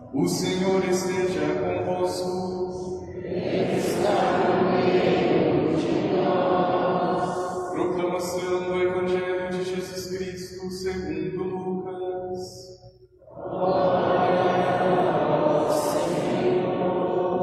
O Senhor esteja convosco. Ele está no meio de nós. Proclamação do Evangelho de Jesus Cristo segundo Lucas. Glória ao Senhor.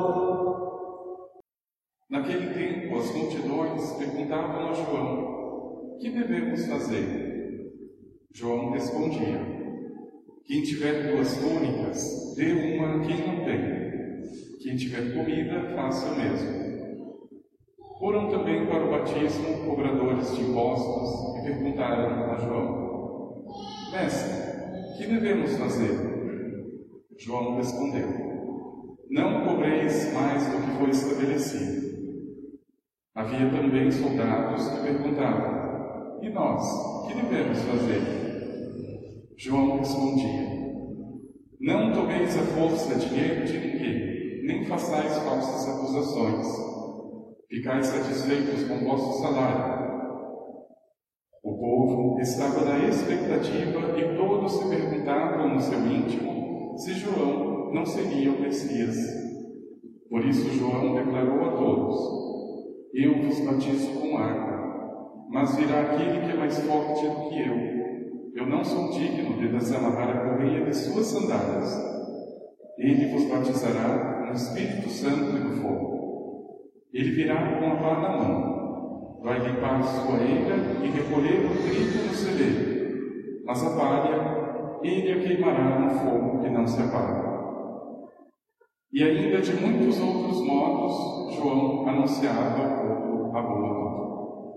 Naquele tempo, as multidões perguntavam a João: que devemos fazer? João respondia: quem tiver 2 túnicas, dê uma a quem não tem. Quem tiver comida, faça o mesmo. Foram também para o batismo cobradores de impostos e perguntaram a João: Mestre, que devemos fazer? João respondeu: não cobreis mais do que foi estabelecido. Havia também soldados que perguntavam: e nós, que devemos fazer? João respondia: não tomeis à força dinheiro de ninguém, nem façais falsas acusações. Ficai satisfeitos com vosso salário. O povo estava na expectativa e todos se perguntavam no seu íntimo se João não seria o Messias. Por isso João declarou a todos: eu vos batizo com água, mas virá aquele que é mais forte do que eu. Eu não sou digno de desamarrar a correia de suas sandálias. Ele vos batizará no Espírito Santo e no fogo. Ele virá com a pá na mão, vai limpar sua eira e recolher o trigo no celeiro, mas a palha ele a queimará no fogo que não se apaga. E ainda de muitos outros modos, João anunciava ao povo a boa nova.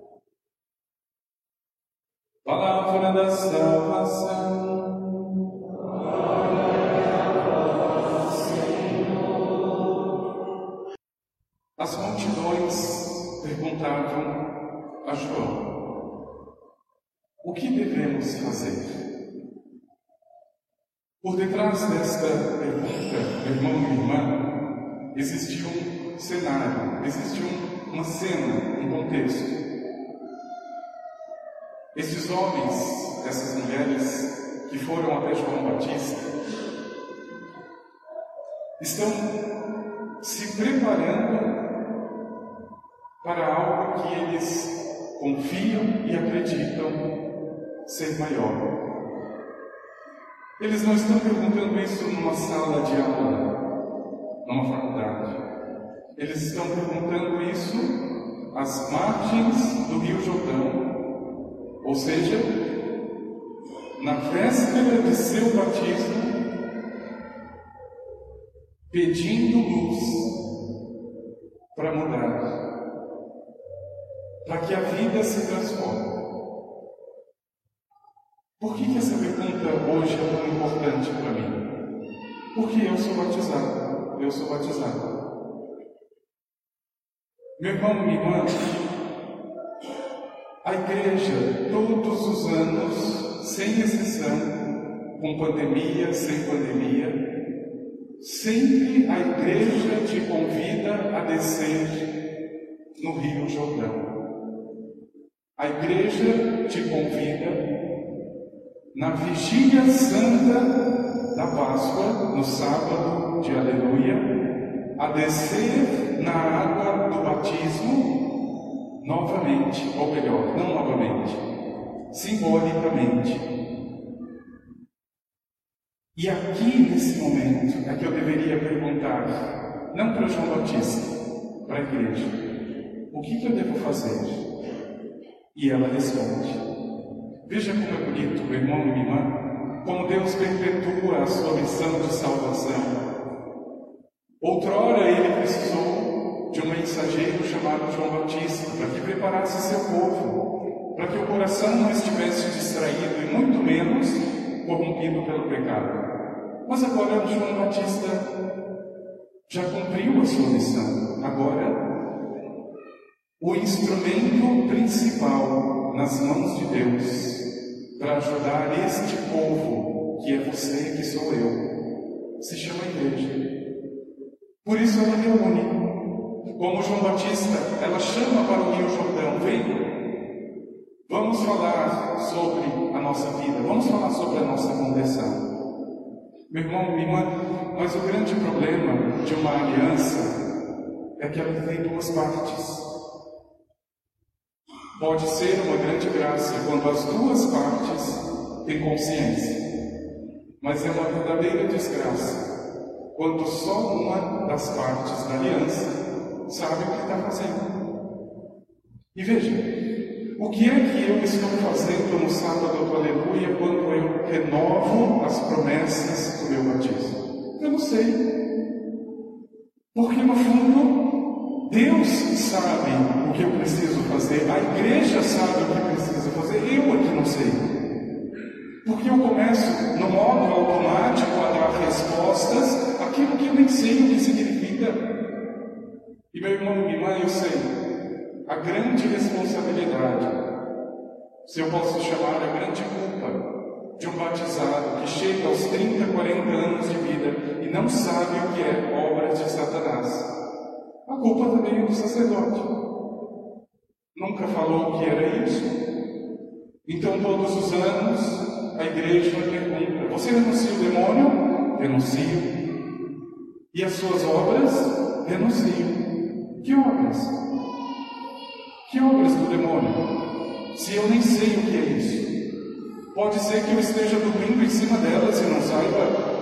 Palavra da salvação. Glória a vós, Senhor. As multidões perguntavam a João: o que devemos fazer? Por detrás desta pergunta, meu irmão e irmã, existiu um cenário, existiu uma cena, um contexto. Esses homens, essas mulheres que foram até João Batista, estão se preparando para algo que eles confiam e acreditam ser maior. Eles não estão perguntando isso numa sala de aula, numa faculdade. Eles estão perguntando isso às margens do Rio Jordão, ou seja, na véspera de seu batismo, pedindo luz para mudar, para que a vida se transforme. Por que essa pergunta hoje é tão importante para mim? Porque eu sou batizado. Eu sou batizado. Meu irmão e minha irmã, a igreja, todos os anos, sem exceção, com pandemia, sem pandemia, sempre a igreja te convida a descer no Rio Jordão. A igreja te convida, na vigília santa da Páscoa, no sábado de Aleluia, a descer na água do batismo novamente, ou melhor, não novamente, simbolicamente. E aqui, nesse momento, é que eu deveria perguntar, não para João Batista, para a igreja: o que eu devo fazer? E ela responde. Veja como é bonito, meu irmão e minha irmã, como Deus perpetua a sua missão de salvação. Outrora ele precisou de um mensageiro chamado João Batista para que preparasse seu povo, para que o coração não estivesse distraído e muito menos corrompido pelo pecado. Mas agora João Batista já cumpriu a sua missão. Agora, o instrumento principal nas mãos de Deus para ajudar este povo, que é você, que sou eu, se chama igreja. Por isso ela reúne. Como João Batista, ela chama para o Rio Jordão: venha, vamos falar sobre a nossa vida, vamos falar sobre a nossa conversão. Meu irmão, minha irmã, mas o grande problema de uma aliança é que ela tem duas partes. Pode ser uma grande graça quando as duas partes têm consciência, mas é uma verdadeira desgraça quando só uma das partes da aliança sabe o que está fazendo. E veja, o que é que eu estou fazendo no sábado do Aleluia quando eu renovo as promessas do meu batismo? Eu não sei. Porque no fundo, Deus sabe o que eu preciso fazer, a igreja sabe o que precisa fazer, eu é que não sei. Porque eu começo no modo automático a dar respostas àquilo que eu nem sei o que significa. E meu irmão e minha irmã, eu sei a grande responsabilidade, se eu posso chamar a grande culpa, de um batizado que chega aos 30, 40 anos de vida e não sabe o que é obra de Satanás. A culpa também é do sacerdote. Nunca falou o que era isso. Então, todos os anos, a igreja pergunta: você renuncia o demônio? Renuncio. E as suas obras? Renuncio. Que obras? Que obras do demônio? Se eu nem sei o que é isso. Pode ser que eu esteja dormindo em cima delas e não saiba.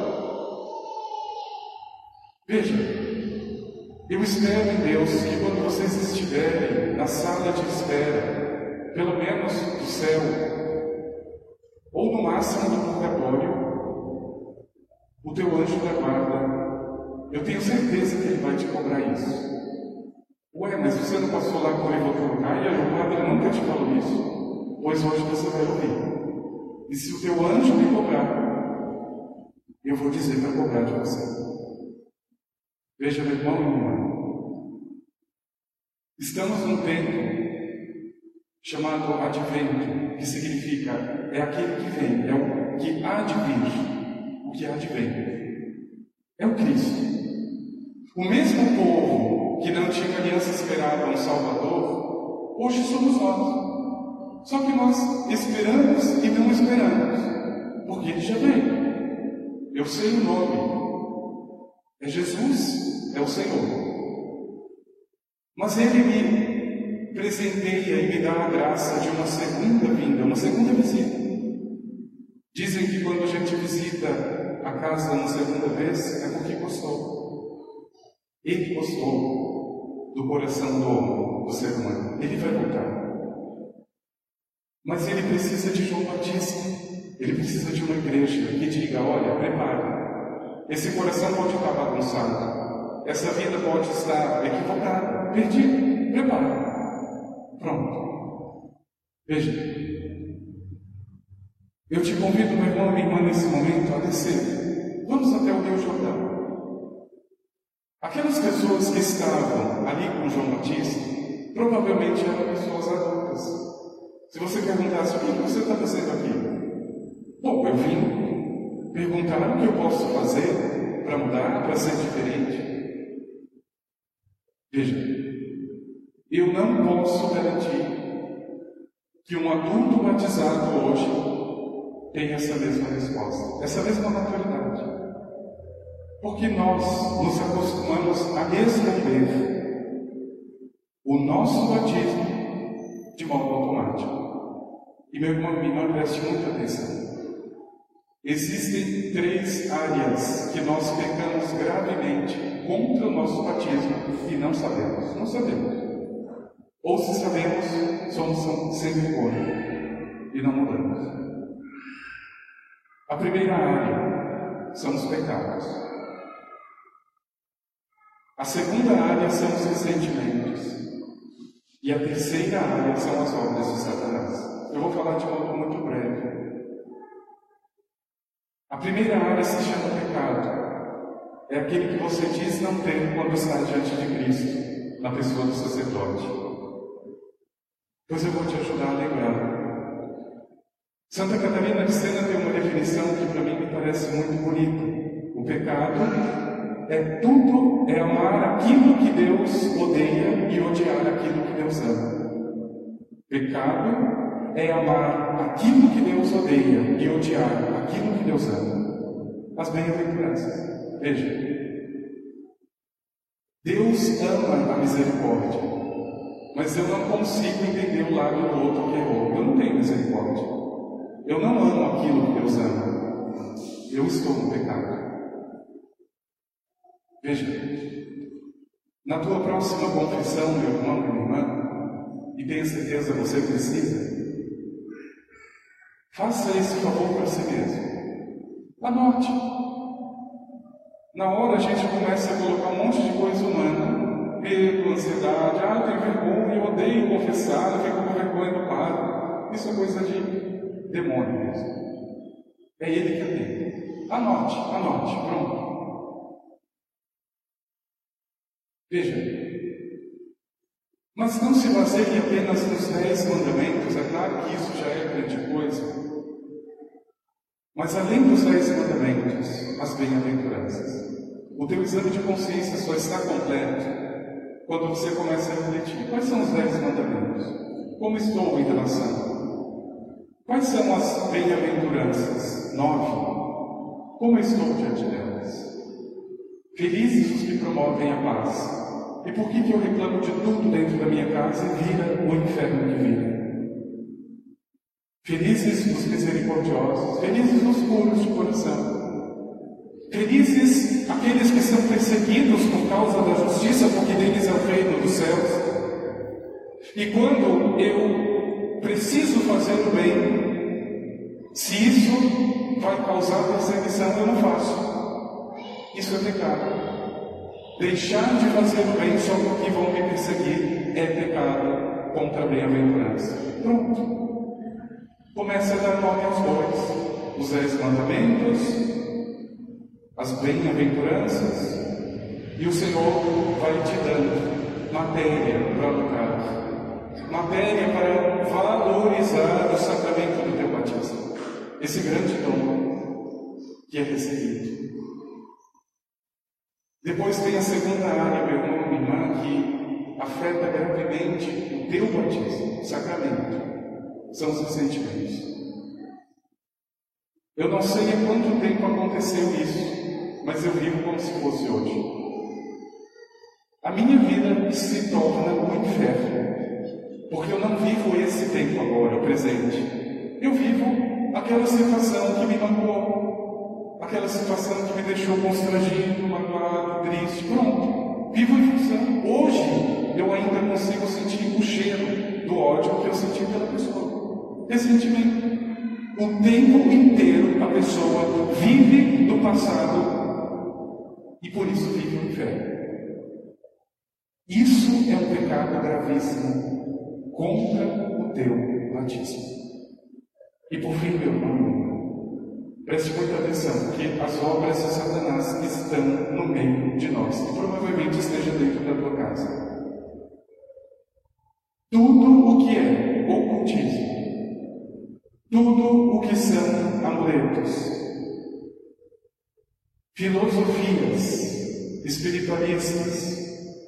Veja, eu espero em Deus que quando vocês estiverem na sala de espera, pelo menos do céu, ou no máximo do purgatório, o teu anjo da guarda, eu tenho certeza que ele vai te cobrar isso. Ué, mas você não passou lá por outro lugar e o padre nunca te falou isso? Pois hoje você vai ouvir. E se o teu anjo me cobrar, eu vou dizer para cobrar de você. Veja, meu irmão e minha irmã, estamos num tempo chamado Advento, que significa é aquele que vem, é o que há de vir, o que há de vir. É o Cristo. O mesmo povo que na antiga aliança esperava um Salvador, hoje somos nós. Só que nós esperamos e não esperamos, porque ele já veio. Eu sei o nome. É Jesus, é o Senhor. Mas ele me presenteia e me dá a graça de uma segunda vinda, uma segunda visita. Dizem que quando a gente visita a casa uma segunda vez, é porque gostou. Ele gostou do coração do homem, do ser humano. Ele vai voltar. Mas ele precisa de João Batista. Ele precisa de uma igreja que diga: olha, prepare. Esse coração pode estar bagunçado. Essa vida pode estar equivocada, perdida. Prepare. Pronto. Veja. Eu te convido, meu irmão e minha irmã, nesse momento a descer. Vamos até o Rio Jordão. Aquelas pessoas que estavam ali com João Batista, provavelmente eram pessoas adultas. Se você perguntasse: o que você está fazendo aqui? Bom, eu vim perguntar o que eu posso fazer para mudar, para ser diferente. Veja, eu não posso garantir que um adulto batizado hoje tenha essa mesma resposta, essa mesma maturidade. Porque nós nos acostumamos a responder o nosso batismo de modo automático. E meu irmão, minha irmã, preste muita atenção. Existem 3 áreas que nós pecamos gravemente contra o nosso batismo e não sabemos. Não sabemos. Ou se sabemos, somos sem vergonha e não mudamos. A primeira área são os pecados. A segunda área são os ressentimentos. E a terceira área são as obras de Satanás. Eu vou falar de modo muito breve. A primeira área se chama pecado. É aquele que você diz não ter quando está diante de Cristo, na pessoa do sacerdote. Pois eu vou te ajudar a lembrar. Santa Catarina de Sena tem uma definição que para mim me parece muito bonita. O pecado é amar aquilo que Deus odeia e odiar aquilo que Deus ama. Pecado é amar aquilo que Deus odeia e odiar aquilo que Deus ama. as bem-aventuranças. Veja, Deus ama a misericórdia, mas eu não consigo entender o lado do outro que errou. Eu não tenho misericórdia. Eu não amo aquilo que Deus ama. Eu estou no pecado. Veja, na tua próxima confissão, meu irmão e minha irmã, e tenha certeza você precisa, faça esse favor para si mesmo. Anote. Na hora a gente começa a colocar um monte de coisa humana, medo, ansiedade, eu tenho vergonha, eu odeio confessar, eu fico com vergonha do padre. Isso é coisa de demônio mesmo. É ele que atende. Anote, pronto. Veja, mas não se baseie apenas nos 10 mandamentos, é claro que isso já é grande coisa. Mas além dos 10 mandamentos, as bem-aventuranças. O teu exame de consciência só está completo quando você começa a refletir. Quais são os 10 mandamentos? Como estou em relação? Quais são as bem-aventuranças? 9. Como estou diante delas? Felizes os que promovem a paz. E por que eu reclamo de tudo dentro da minha casa e vira o inferno que vira? Felizes os misericordiosos, felizes os puros de coração. Felizes aqueles que são perseguidos por causa da justiça, porque deles é o reino dos céus. E quando eu preciso fazer o bem, se isso vai causar perseguição, eu não faço. Isso é pecado. Deixar de fazer o bem só porque vão me perseguir é pecado contra a bem-aventurança. Pronto. Começa a dar nome aos bois, os 10 mandamentos, as bem-aventuranças, e o Senhor vai te dando matéria para lutar, matéria para valorizar o sacramento do teu batismo, esse grande dom que é recebido. Depois tem a segunda área, meu irmão e minha irmã, que afeta gravemente o teu batismo, o sacramento. São os ressentimentos. Eu não sei há quanto tempo aconteceu isso, mas eu vivo como se fosse hoje. A minha vida se torna um inferno, porque eu não vivo esse tempo agora, o presente. Eu vivo aquela situação que me magoou, aquela situação que me deixou constrangido, magoado, triste. Pronto, vivo em função. Hoje eu ainda consigo sentir o cheiro do ódio que eu senti pela pessoa. Ressentimento. O tempo inteiro a pessoa vive do passado e por isso vive o inferno. Isso é um pecado gravíssimo contra o teu batismo. E por fim, meu irmão, preste muita atenção, porque as obras de Satanás estão no meio de nós e provavelmente esteja dentro da tua casa. Tudo o que é ocultismo, tudo o que são amuletos, filosofias espiritualistas,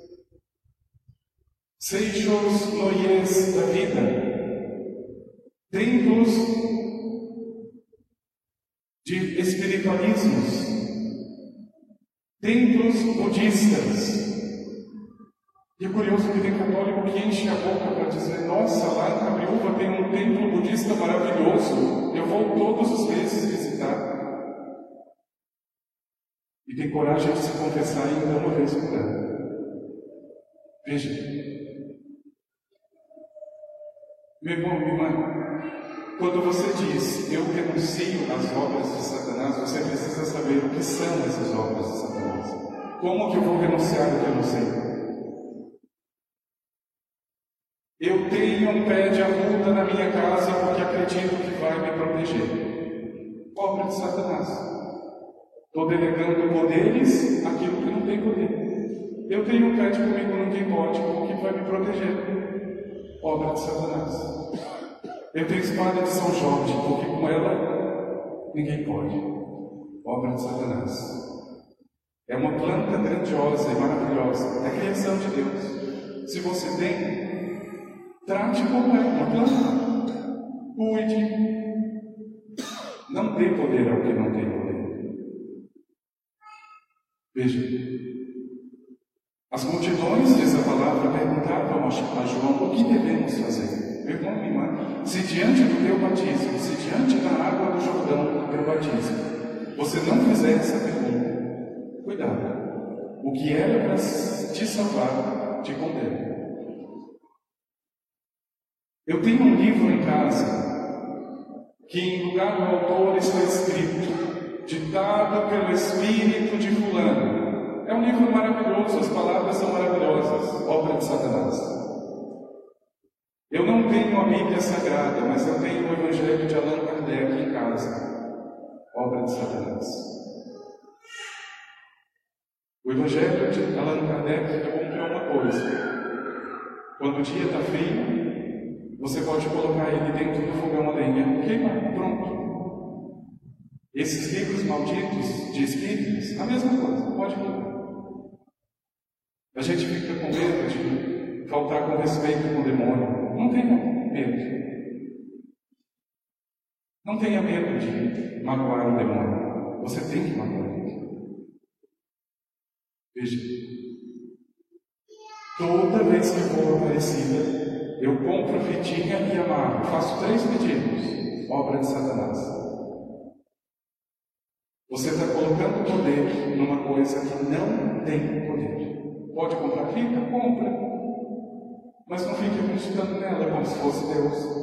seixos noies da vida, templos de espiritualismos, templos budistas. E é curioso que tem católico que enche a boca para dizer: nossa, lá em Cabriúva tem um templo budista maravilhoso, eu vou todos os meses visitar. E tem coragem de se confessar ainda uma vez por ano. Veja, meu irmão, minha irmã, quando você diz eu renuncio às obras de Satanás, você precisa saber o que são essas obras de Satanás. Como que eu vou renunciar ao que eu não sei? Eu tenho um pé de arruda na minha casa porque acredito que vai me proteger. Obra de Satanás. Estou delegando poderes àquilo que não tem poder. Eu tenho um pé de comigo ninguém pode porque vai me proteger. Obra de Satanás. Eu tenho espada de São Jorge porque com ela ninguém pode. Obra de Satanás. É uma planta grandiosa e maravilhosa. É a criação de Deus. Se você tem, trate como é uma planta. Cuide. Não dê poder ao que não tem poder. Veja, as multidões, diz a palavra, perguntavam a João: o que devemos fazer? Meu irmão, minha irmã, se diante do teu batismo, se diante da água do Jordão do teu batismo, você não fizer essa pergunta, cuidado. O que era para te salvar, te condena. Eu tenho um livro em casa que, em lugar do autor, está escrito: ditado pelo Espírito de fulano. É um livro maravilhoso, as palavras são maravilhosas, obra de Satanás. Eu não tenho a Bíblia Sagrada, mas eu tenho o Evangelho de Allan Kardec em casa, obra de Satanás. O Evangelho de Allan Kardec é bom para uma coisa: quando o dia está frio, você pode colocar ele dentro do fogão a lenha, queimar, pronto. Esses livros malditos de espíritos, a mesma coisa, pode queimar. A gente fica com medo de faltar com respeito com o demônio. Não tenha medo. Não tenha medo de magoar o demônio. Você tem que magoar ele. Veja, toda vez que eu vou à Aparecida, eu compro fitinha e amarro. Faço 3 pedidos. Obra de Satanás. Você está colocando poder numa coisa que não tem poder. Pode comprar fita? Compra. Mas não fique acreditando nela como se fosse Deus.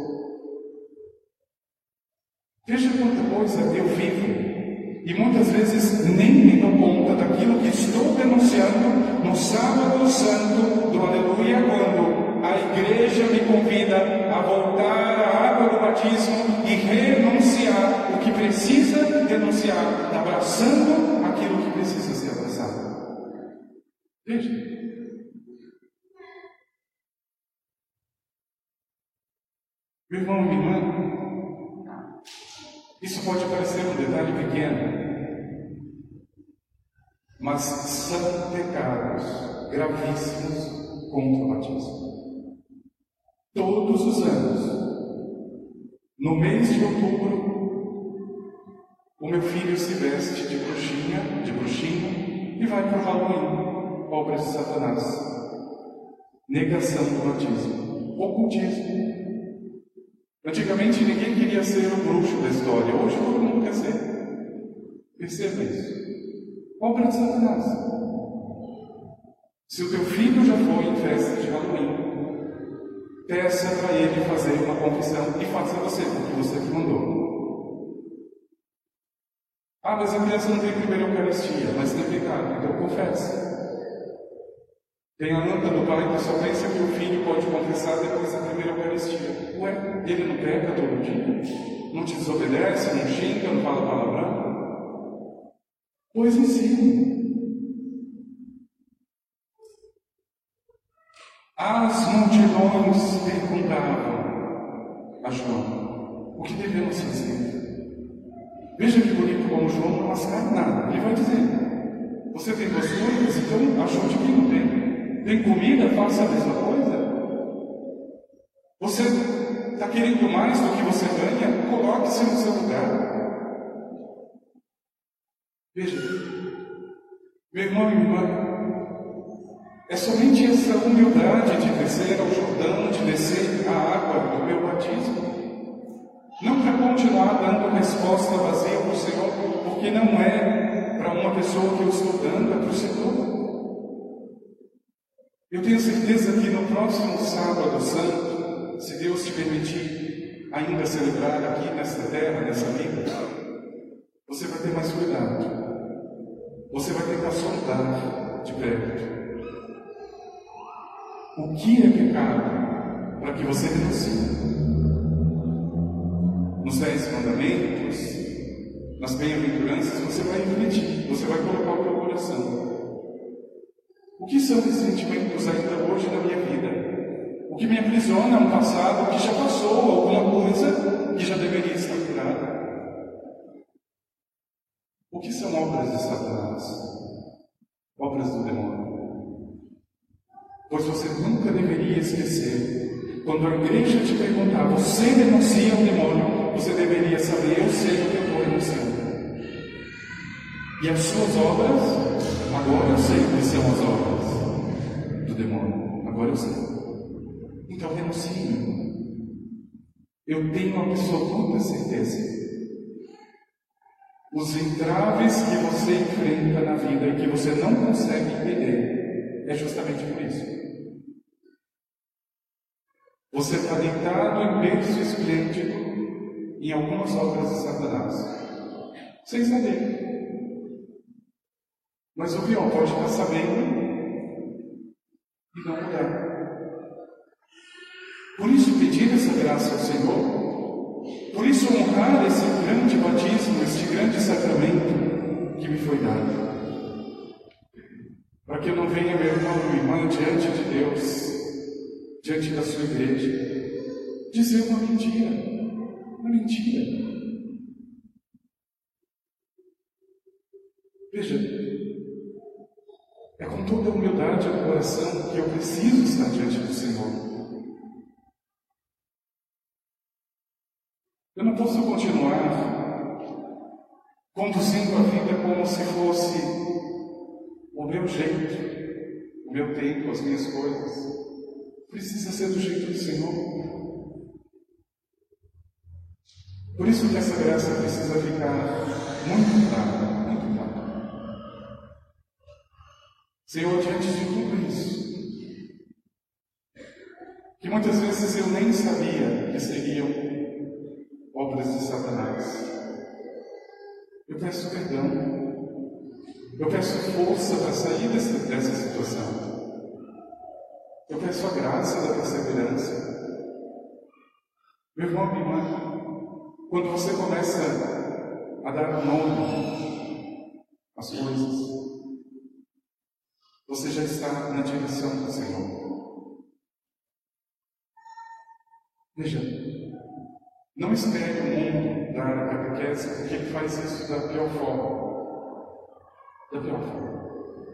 Veja quanta coisa eu vivo. E muitas vezes nem me dou conta daquilo que estou denunciando no sábado santo do Aleluia, quando a igreja me convida a voltar à água do batismo e renunciar o que precisa renunciar, abraçando aquilo que precisa ser abraçado. Veja. Meu irmão e minha irmã, isso pode parecer um detalhe pequeno, mas são pecados gravíssimos contra o batismo. Todos os anos, no mês de outubro, o meu filho se veste de bruxinho e vai para o Halloween, obra de Satanás. Negação do batismo, ocultismo. Antigamente ninguém queria ser o bruxo da história, hoje todo mundo quer ser. Perceba isso. Obra de Satanás. Se o teu filho já foi em festa de Halloween, peça para ele fazer uma confissão e faça você, porque você que mandou. Ah, mas a criança não tem primeira Eucaristia, mas tem pecado, então confessa. Tem a anta do pai que só pensa que o filho pode confessar depois da primeira Eucaristia. Ué, ele não peca todo dia? Não te desobedece, não xinga, não fala palavrão? Pois ensine. As multidões perguntavam a João: o que devemos fazer? Veja que bonito como João não mascara nada. Ele vai dizer: você tem 2 coisas, então ajude quem não tem. Tem comida, faça a mesma coisa. Você está querendo mais do que você ganha? Coloque-se no seu lugar. Veja, meu irmão e minha irmã, é somente essa humildade de descer ao Jordão, de descer a água do meu batismo, não para continuar dando resposta vazia para o Senhor, porque não é para uma pessoa que eu estou dando, é para o Senhor. Eu tenho certeza que no próximo sábado santo, se Deus te permitir ainda celebrar aqui nesta terra, nessa vida, você vai ter mais cuidado. Você vai tentar sondar de perto. O que é pecado para que você renuncie? Nos 10 mandamentos, nas bem-aventuranças, você vai refletir, você vai colocar o teu coração. O que são esses sentimentos ainda hoje na minha vida? O que me aprisiona é um passado que já passou, alguma coisa que já deveria estar curada? O que são obras de Satanás? Obras do demônio? Pois você nunca deveria esquecer, quando a igreja te perguntar: você denuncia o demônio? Você deveria saber: eu sei o que eu estou denunciando. E as suas obras, agora eu sei que são as obras do demônio. Agora eu sei. Então renuncie. Eu tenho absoluta certeza. Os entraves que você enfrenta na vida e que você não consegue entender, é justamente por isso. Você está deitado em berço esplêndido em algumas obras de Satanás, sem saber. Mas o pior pode estar sabendo e não mudar. Por isso, pedir essa graça ao Senhor. Por isso, honrar esse grande batismo, este grande sacramento que me foi dado. Para que eu não venha, meu irmão e irmã, diante de Deus, diante da sua igreja, dizer uma mentira. Uma mentira. Veja, é com toda a humildade do coração que eu preciso estar diante do Senhor. Eu não posso continuar conduzindo a vida como se fosse o meu jeito, o meu tempo, as minhas coisas. Precisa ser do jeito do Senhor. Por isso que essa graça precisa ficar muito clara, muito clara. Senhor, diante de tudo isso, que muitas vezes eu nem sabia que seriam obras de Satanás, eu peço perdão, eu peço força para sair dessa situação, eu peço a graça da perseverança. Meu irmão, minha irmã, quando você começa a dar nome às coisas, você já está na direção do Senhor. Veja, não espere o mundo dar a catequese, porque ele faz isso da pior forma. Da pior forma.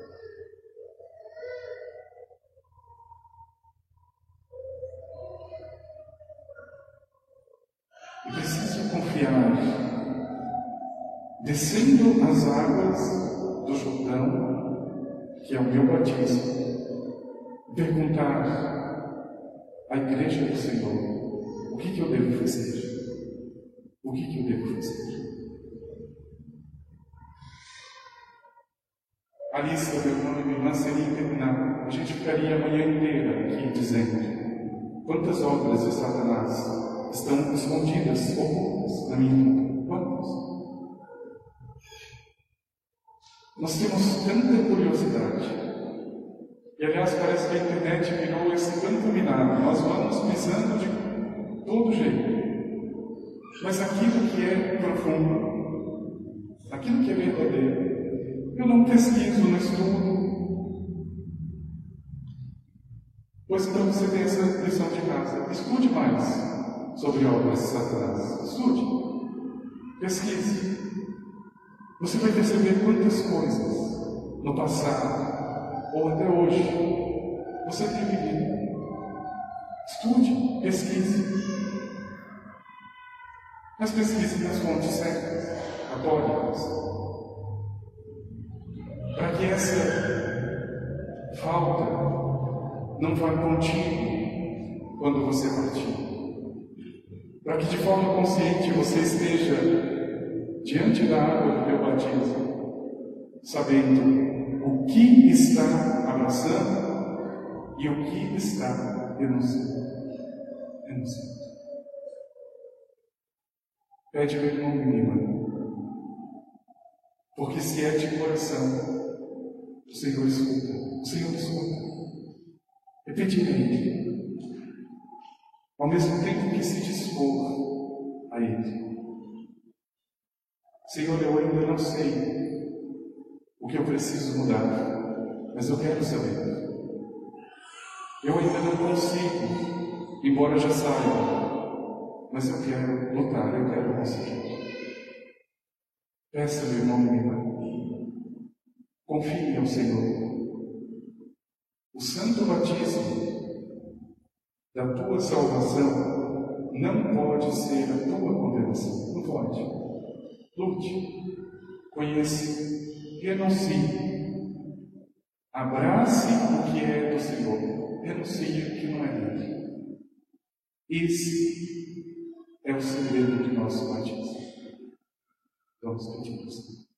Eu preciso confiar, descendo as águas do Jordão, que é o meu batismo, perguntar à igreja do Senhor: o que eu devo fazer? O que eu devo fazer? A lista, meu irmão e minha irmã, seria interminável. A gente ficaria a manhã inteira aqui dizendo quantas obras de Satanás estão escondidas, ocultas na minha vida. Quantas? Nós temos tanta curiosidade. E aliás, parece que a internet virou esse campo minado. Nós vamos pensando de todo jeito. Mas aquilo que é profundo, aquilo que é verdadeiro, eu não pesquiso, não estudo. Pois então você tem essa lição de casa. Estude mais sobre obras de Satanás. Estude. Pesquise. Você vai perceber quantas coisas no passado ou até hoje você tem vivido. Estude, pesquise. Mas pesquise nas fontes certas, católicas, para que essa falta não vá contigo quando você partir. Para que de forma consciente você esteja diante da água do teu batismo, sabendo o que está abraçando e o que está renunciando. Pede, meu irmão e minha irmã, porque se é de coração, o Senhor escuta. O Senhor escuta. É pedir a Ele, ao mesmo tempo que se dispor a Ele. Senhor, eu ainda não sei o que eu preciso mudar, mas eu quero saber. Eu ainda não consigo, embora já saiba, mas eu quero lutar, eu quero conseguir. Peça, meu irmão e minha irmã, confie ao Senhor. O santo batismo da tua salvação não pode ser a tua condenação. Não pode. Lute, conheça, renuncie. Abrace o que é do Senhor. Renuncie o que não é dele. Esse é o segredo de nosso batismo. Vamos pedir ao Senhor.